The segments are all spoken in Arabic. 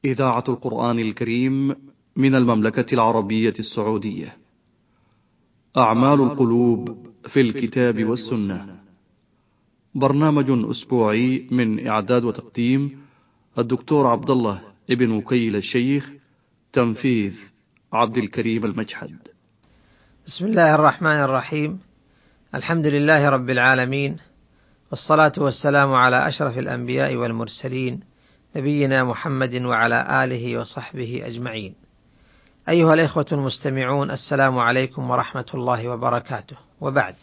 إذاعة القرآن الكريم من المملكة العربية السعودية. أعمال القلوب في الكتاب والسنة، برنامج أسبوعي من إعداد وتقديم الدكتور عبد الله ابن وكيل الشيخ، تنفيذ عبد الكريم المجحد. بسم الله الرحمن الرحيم. الحمد لله رب العالمين، والصلاة والسلام على أشرف الأنبياء والمرسلين، نبينا محمد وعلى آله وصحبه أجمعين. أيها الإخوة المستمعون، السلام عليكم ورحمة الله وبركاته. وبعد،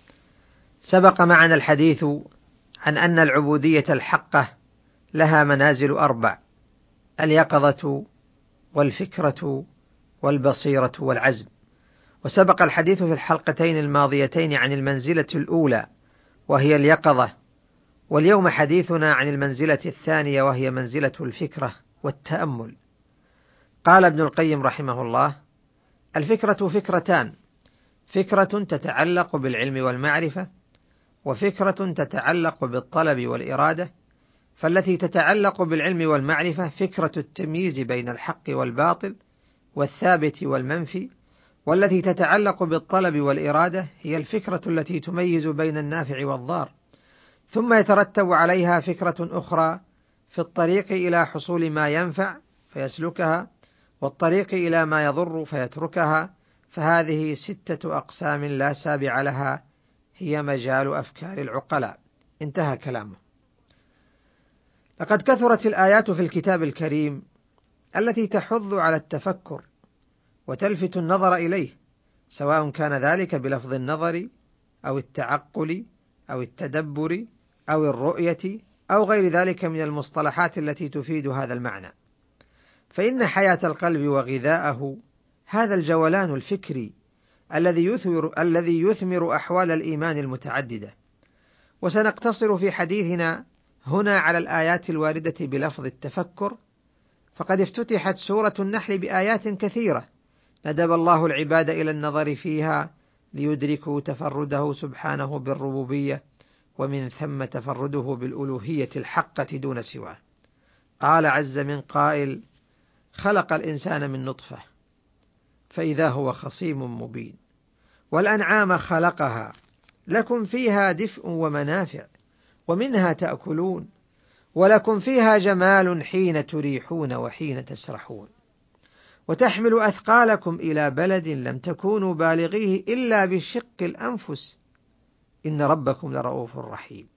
سبق معنا الحديث عن أن العبودية الحقة لها منازل 4: اليقظة والفكرة والبصيرة والعزم. وسبق الحديث في الحلقتين الماضيتين عن المنزلة الأولى وهي اليقظة، واليوم حديثنا عن المنزلة الثانية وهي منزلة الفكرة والتأمل. قال ابن القيم رحمه الله: الفكرة فكرتان: فكرة تتعلق بالعلم والمعرفة، وفكرة تتعلق بالطلب والإرادة. فالتي تتعلق بالعلم والمعرفة فكرة التمييز بين الحق والباطل والثابت والمنفي، والتي تتعلق بالطلب والإرادة هي الفكرة التي تميز بين النافع والضار. ثم يترتب عليها فكرة أخرى في الطريق إلى حصول ما ينفع فيسلكها، والطريق إلى ما يضر فيتركها. فهذه 6 أقسام لا سابع لها، هي مجال أفكار العقلاء. انتهى كلامه. لقد كثرت الآيات في الكتاب الكريم التي تحض على التفكر وتلفت النظر إليه، سواء كان ذلك بلفظ النظر أو التعقل أو التدبر أو الرؤية أو غير ذلك من المصطلحات التي تفيد هذا المعنى. فإن حياة القلب وغذاءه هذا الجولان الفكري الذي يثمر أحوال الإيمان المتعددة. وسنقتصر في حديثنا هنا على الآيات الواردة بلفظ التفكر، فقد افتتحت سورة النحل بآيات كثيرة ندب الله العباد إلى النظر فيها ليدركوا تفرده سبحانه بالربوبية، ومن ثم تفرده بالألوهية الحقة دون سواه. قال عز من قائل: خلق الإنسان من نطفة فإذا هو خصيم مبين، والأنعام خلقها لكم فيها دفء ومنافع ومنها تأكلون، ولكم فيها جمال حين تريحون وحين تسرحون، وتحمل أثقالكم إلى بلد لم تكونوا بالغيه إلا بشق الأنفس إن ربكم لرؤوف رحيم،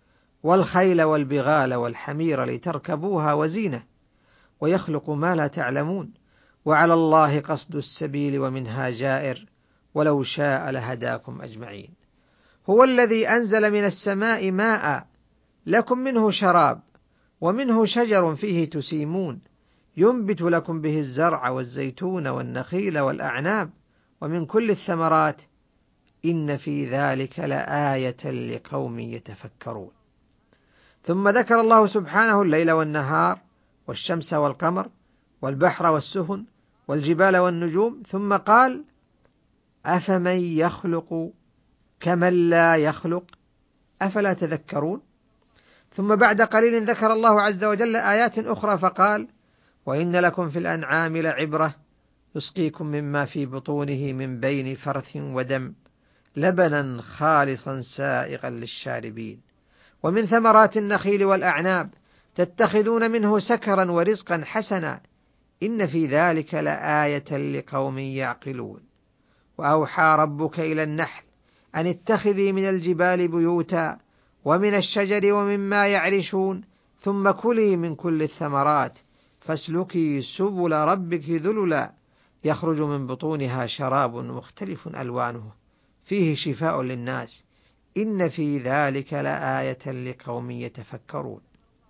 والخيل والبغال والحمير لتركبوها وزينة، ويخلق ما لا تعلمون، وعلى الله قصد السبيل ومنها جائر، ولو شاء لهداكم أجمعين. هو الذي أنزل من السماء ماء لكم منه شراب، ومنه شجر فيه تسيمون، ينبت لكم به الزرع والزيتون والنخيل والأعناب، ومن كل الثمرات، إن في ذلك لآية لقوم يتفكرون. ثم ذكر الله سبحانه الليل والنهار والشمس والقمر والبحر والسفن والجبال والنجوم، ثم قال: أفمن يخلق كمن لا يخلق أفلا تذكرون. ثم بعد قليل ذكر الله عز وجل آيات أخرى فقال: وإن لكم في الأنعام لعبرة يسقيكم مما في بطونه من بين فرث ودم لبنا خالصا سائغا للشاربين، ومن ثمرات النخيل والأعناب تتخذون منه سكرا ورزقا حسنا إن في ذلك لآية لقوم يعقلون. وأوحى ربك إلى النحل أن اتخذي من الجبال بيوتا ومن الشجر ومما يعرشون ثم كلي من كل الثمرات فاسلكي سبل ربك ذللا يخرج من بطونها شراب مختلف ألوانه فيه شفاء للناس إن في ذلك لآية لقوم يتفكرون.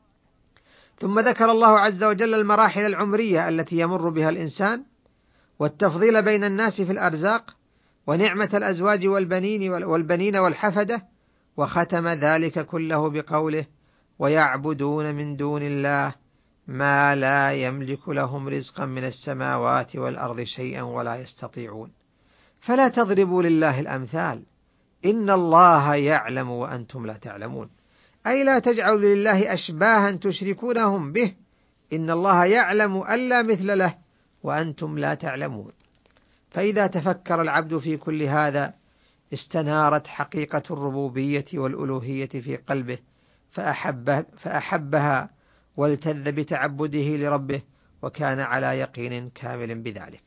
ثم ذكر الله عز وجل المراحل العمرية التي يمر بها الإنسان، والتفضيل بين الناس في الأرزاق، ونعمة الأزواج والبنين والحفدة، وختم ذلك كله بقوله: ويعبدون من دون الله ما لا يملك لهم رزقا من السماوات والأرض شيئا ولا يستطيعون، فلا تضربوا لله الأمثال إن الله يعلم وأنتم لا تعلمون. أي لا تجعلوا لله أشباها تشركونهم به، إن الله يعلم أن لا مثل له وأنتم لا تعلمون. فإذا تفكر العبد في كل هذا استنارت حقيقة الربوبية والألوهية في قلبه فأحبها والتذ بتعبده لربه وكان على يقين كامل بذلك.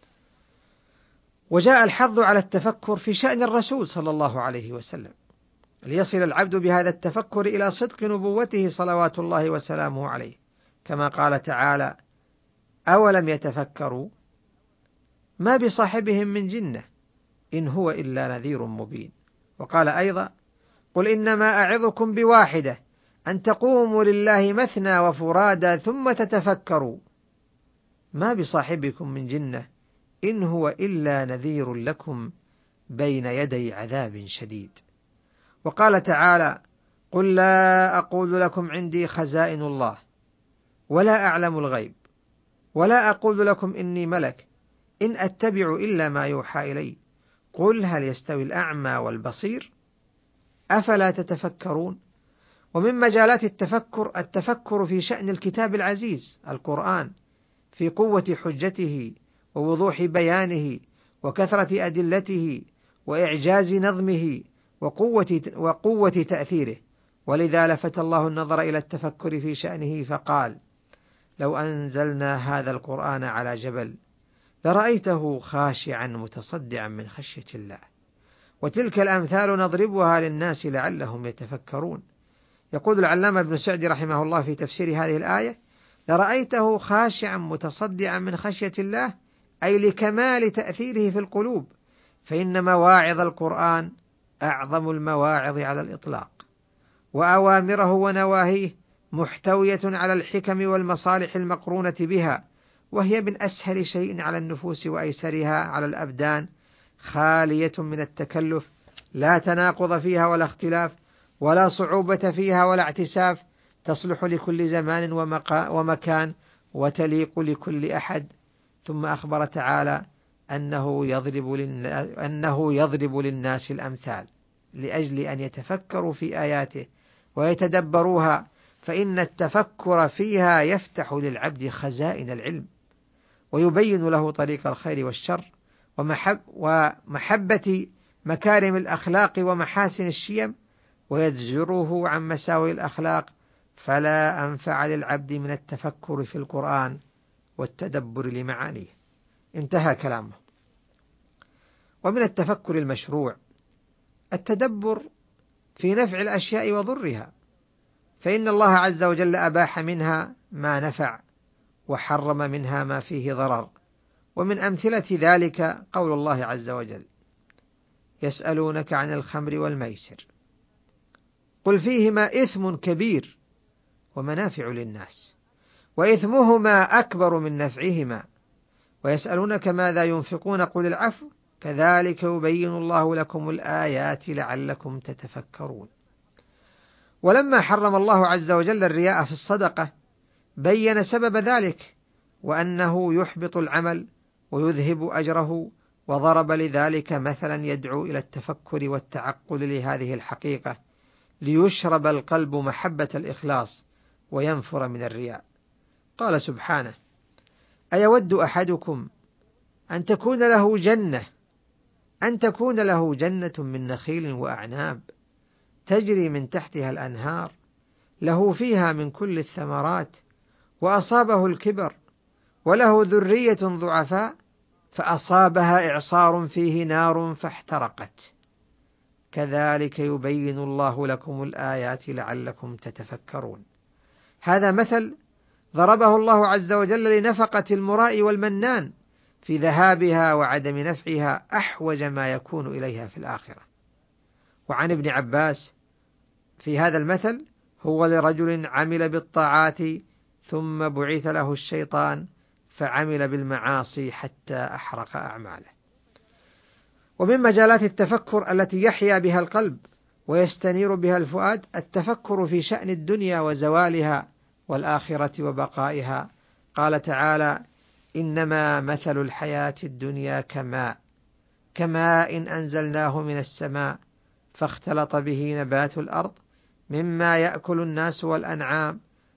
وجاء الحظ على التفكر في شأن الرسول صلى الله عليه وسلم ليصل العبد بهذا التفكر إلى صدق نبوته صلوات الله وسلامه عليه، كما قال تعالى: أولم يتفكروا ما بصاحبهم من جنة إن هو إلا نذير مبين. وقال أيضا: قل إنما أعظكم بواحدة أن تقوموا لله مثنى وفرادى ثم تتفكروا ما بصاحبكم من جنة إن هو إلا نذير لكم بين يدي عذاب شديد. وقال تعالى: قل لا أقول لكم عندي خزائن الله ولا أعلم الغيب ولا أقول لكم إني ملك إن أتبع إلا ما يوحى إلي قل هل يستوي الأعمى والبصير أفلا تتفكرون. ومن مجالات التفكر في شأن الكتاب العزيز القرآن، في قوة حجته ووضوح بيانه وكثرة أدلته وإعجاز نظمه وقوة تأثيره. ولذا لفت الله النظر إلى التفكر في شأنه فقال: لو أنزلنا هذا القرآن على جبل لرأيته خاشعا متصدعا من خشية الله. وتلك الأمثال نضربها للناس لعلهم يتفكرون. يقول العلامة ابن سعدي رحمه الله في تفسير هذه الآية: لرأيته خاشعا متصدعا من خشية الله أي لكمال تأثيره في القلوب، فإن مواعظ القرآن أعظم المواعظ على الإطلاق، وأوامره ونواهيه محتوية على الحكم والمصالح المقرونة بها، وهي من أسهل شيء على النفوس وأيسرها على الأبدان، خالية من التكلف، لا تناقض فيها ولا اختلاف ولا صعوبة فيها ولا اعتساف، تصلح لكل زمان ومكان وتليق لكل أحد. ثم أخبر تعالى أنه يضرب للناس الأمثال لأجل أن يتفكروا في آياته ويتدبروها، فإن التفكر فيها يفتح للعبد خزائن العلم ويبين له طريق الخير والشر ومحبة مكارم الأخلاق ومحاسن الشيم، ويزجره عن مساوي الأخلاق. فلا أنفع للعبد من التفكر في القرآن والتدبر لمعانيه. انتهى كلامه. ومن التفكر المشروع التدبر في نفع الأشياء وضرها، فإن الله عز وجل أباح منها ما نفع وحرم منها ما فيه ضرر. ومن أمثلة ذلك قول الله عز وجل: يسألونك عن الخمر والميسر قل فيهما إثم كبير ومنافع للناس وإثمهما أكبر من نفعهما ويسألونك ماذا ينفقون قل العفو كذلك يبين الله لكم الآيات لعلكم تتفكرون. ولما حرم الله عز وجل الرياء في الصدقة بين سبب ذلك وأنه يحبط العمل ويذهب أجره، وضرب لذلك مثلا يدعو إلى التفكر والتعقل لهذه الحقيقة ليشرب القلب محبة الإخلاص وينفر من الرياء. قال سبحانه: أيود أحدكم أن تكون له جنة من نخيل وأعناب تجري من تحتها الأنهار له فيها من كل الثمرات وأصابه الكبر وله ذرية ضعفاء فأصابها إعصار فيه نار فاحترقت كذلك يبين الله لكم الآيات لعلكم تتفكرون. هذا مثل ضربه الله عز وجل لنفقة المراء والمنان في ذهابها وعدم نفعها أحوج ما يكون إليها في الآخرة. وعن ابن عباس في هذا المثل: هو لرجل عمل بالطاعات ثم بعث له الشيطان فعمل بالمعاصي حتى أحرق أعماله. ومن مجالات التفكر التي يحيا بها القلب ويستنير بها الفؤاد التفكر في شأن الدنيا وزوالها والآخرة وبقائها. قال تعالى: إنما مثل الحياة الدنيا كماء أنزلناه من السماء فاختلط به نبات الأرض مما يأكل الناس والأنعام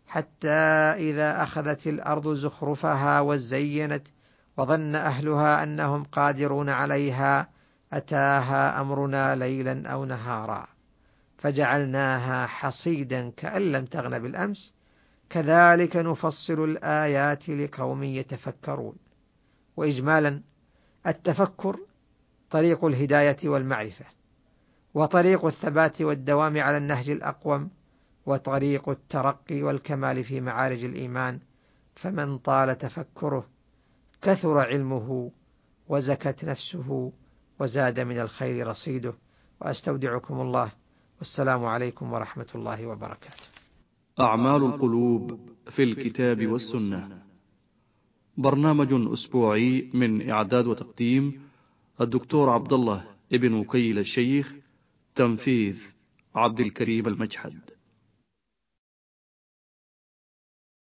حتى إذا أخذت الأرض زخرفها وزينت وظن أهلها أنهم قادرون عليها أتاها أمرنا ليلا أو نهارا فجعلناها حصيدا كأن لم تغن بالأمس كذلك نفصل الآيات لقوم يتفكرون. وإجمالا التفكر طريق الهداية والمعرفة، وطريق الثبات والدوام على النهج الأقوم، وطريق الترقي والكمال في معارج الإيمان، فمن طال تفكره كثر علمه وزكت نفسه وزاد من الخير رصيده. وأستودعكم الله، والسلام عليكم ورحمة الله وبركاته. أعمال القلوب في الكتاب والسنة، برنامج أسبوعي من إعداد وتقديم الدكتور عبد الله ابن وكيل الشيخ، تنفيذ عبد الكريم المجحد.